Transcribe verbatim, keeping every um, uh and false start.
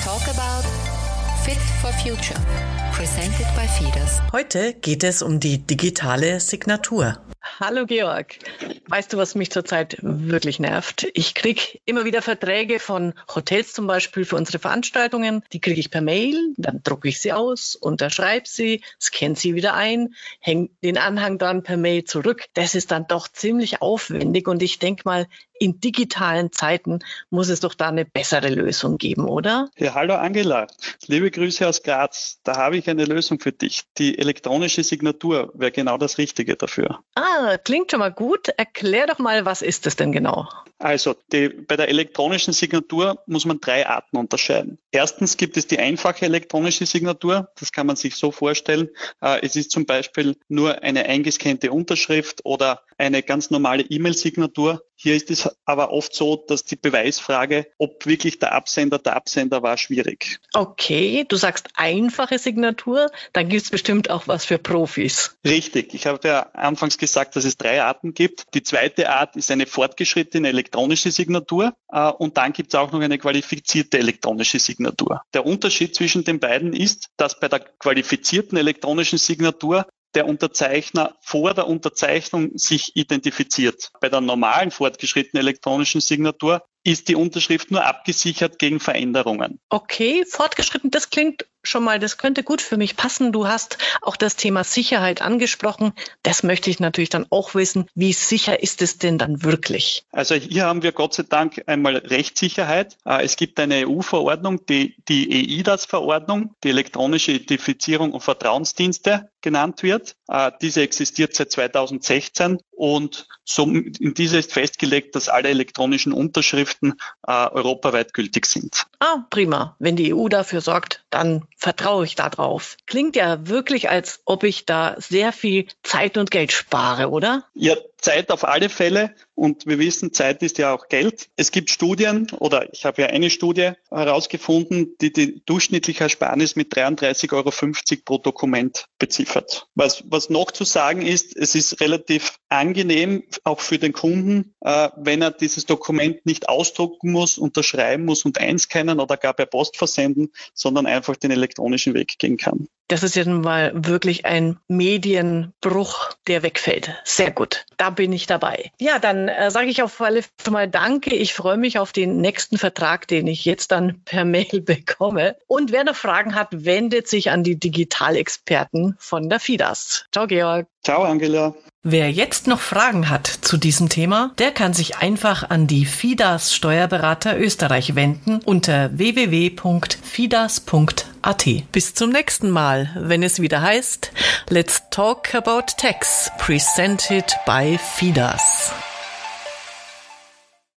Talk about Fit for Future, presented by FIDAS. Heute geht es um die digitale Signatur. Hallo Georg, weißt du, was mich zurzeit wirklich nervt? Ich kriege immer wieder Verträge von Hotels zum Beispiel für unsere Veranstaltungen. Die kriege ich per Mail, dann drucke ich sie aus, unterschreibe sie, scanne sie wieder ein, hänge den Anhang dann per Mail zurück. Das ist dann doch ziemlich aufwendig und ich denke mal, in digitalen Zeiten muss es doch da eine bessere Lösung geben, oder? Ja, hallo Angela, liebe Grüße aus Graz. Da habe ich eine Lösung für dich. Die elektronische Signatur wäre genau das Richtige dafür. Ah, klingt schon mal gut. Erklär doch mal, was ist das denn genau? Also, die, bei der elektronischen Signatur muss man drei Arten unterscheiden. Erstens gibt es die einfache elektronische Signatur. Das kann man sich so vorstellen. Äh, es ist zum Beispiel nur eine eingescannte Unterschrift oder eine ganz normale E-Mail-Signatur. Hier ist es aber oft so, dass die Beweisfrage, ob wirklich der Absender der Absender war, schwierig. Okay, du sagst einfache Signatur, dann gibt es bestimmt auch was für Profis. Richtig, ich habe ja anfangs gesagt, dass es drei Arten gibt. Die zweite Art ist eine fortgeschrittene elektronische Signatur äh, und dann gibt es auch noch eine qualifizierte elektronische Signatur. Der Unterschied zwischen den beiden ist, dass bei der qualifizierten elektronischen Signatur der Unterzeichner vor der Unterzeichnung sich identifiziert. Bei der normalen fortgeschrittenen elektronischen Signatur ist die Unterschrift nur abgesichert gegen Veränderungen. Okay, fortgeschritten, das klingt schon mal, das könnte gut für mich passen. Du hast auch das Thema Sicherheit angesprochen. Das möchte ich natürlich dann auch wissen. Wie sicher ist es denn dann wirklich? Also hier haben wir Gott sei Dank einmal Rechtssicherheit. Es gibt eine E U-Verordnung, die, die E I D A S-Verordnung, die elektronische Identifizierung und Vertrauensdienste genannt wird. Diese existiert seit zweitausendsechzehn und so in dieser ist festgelegt, dass alle elektronischen Unterschriften äh, europaweit gültig sind. Ah, prima. Wenn die E U dafür sorgt, dann vertraue ich da drauf. Klingt ja wirklich, als ob ich da sehr viel Zeit und Geld spare, oder? Ja, Zeit auf alle Fälle. Und wir wissen, Zeit ist ja auch Geld. Es gibt Studien, oder ich habe ja eine Studie herausgefunden, die die durchschnittliche Ersparnis mit dreiunddreißig Euro fünfzig pro Dokument beziffert. Was, was noch zu sagen ist, es ist relativ angenehm, auch für den Kunden, äh, wenn er dieses Dokument nicht ausdrucken muss, unterschreiben muss und einscannen oder gar per Post versenden, sondern einfach den elektronischen Weg gehen kann. Das ist jetzt mal wirklich ein Medienbruch, der wegfällt. Sehr gut, da bin ich dabei. Ja, dann äh, sage ich auf alle Fälle schon mal Danke. Ich freue mich auf den nächsten Vertrag, den ich jetzt dann per Mail bekomme. Und wer noch Fragen hat, wendet sich an die Digitalexperten von der FIDAS. Ciao, Georg. Ciao, Angela. Wer jetzt noch Fragen hat zu diesem Thema, der kann sich einfach an die FIDAS Steuerberater Österreich wenden unter w w w punkt fidas punkt a t. Bis zum nächsten Mal, wenn es wieder heißt Let's Talk About Tax, presented by FIDAS.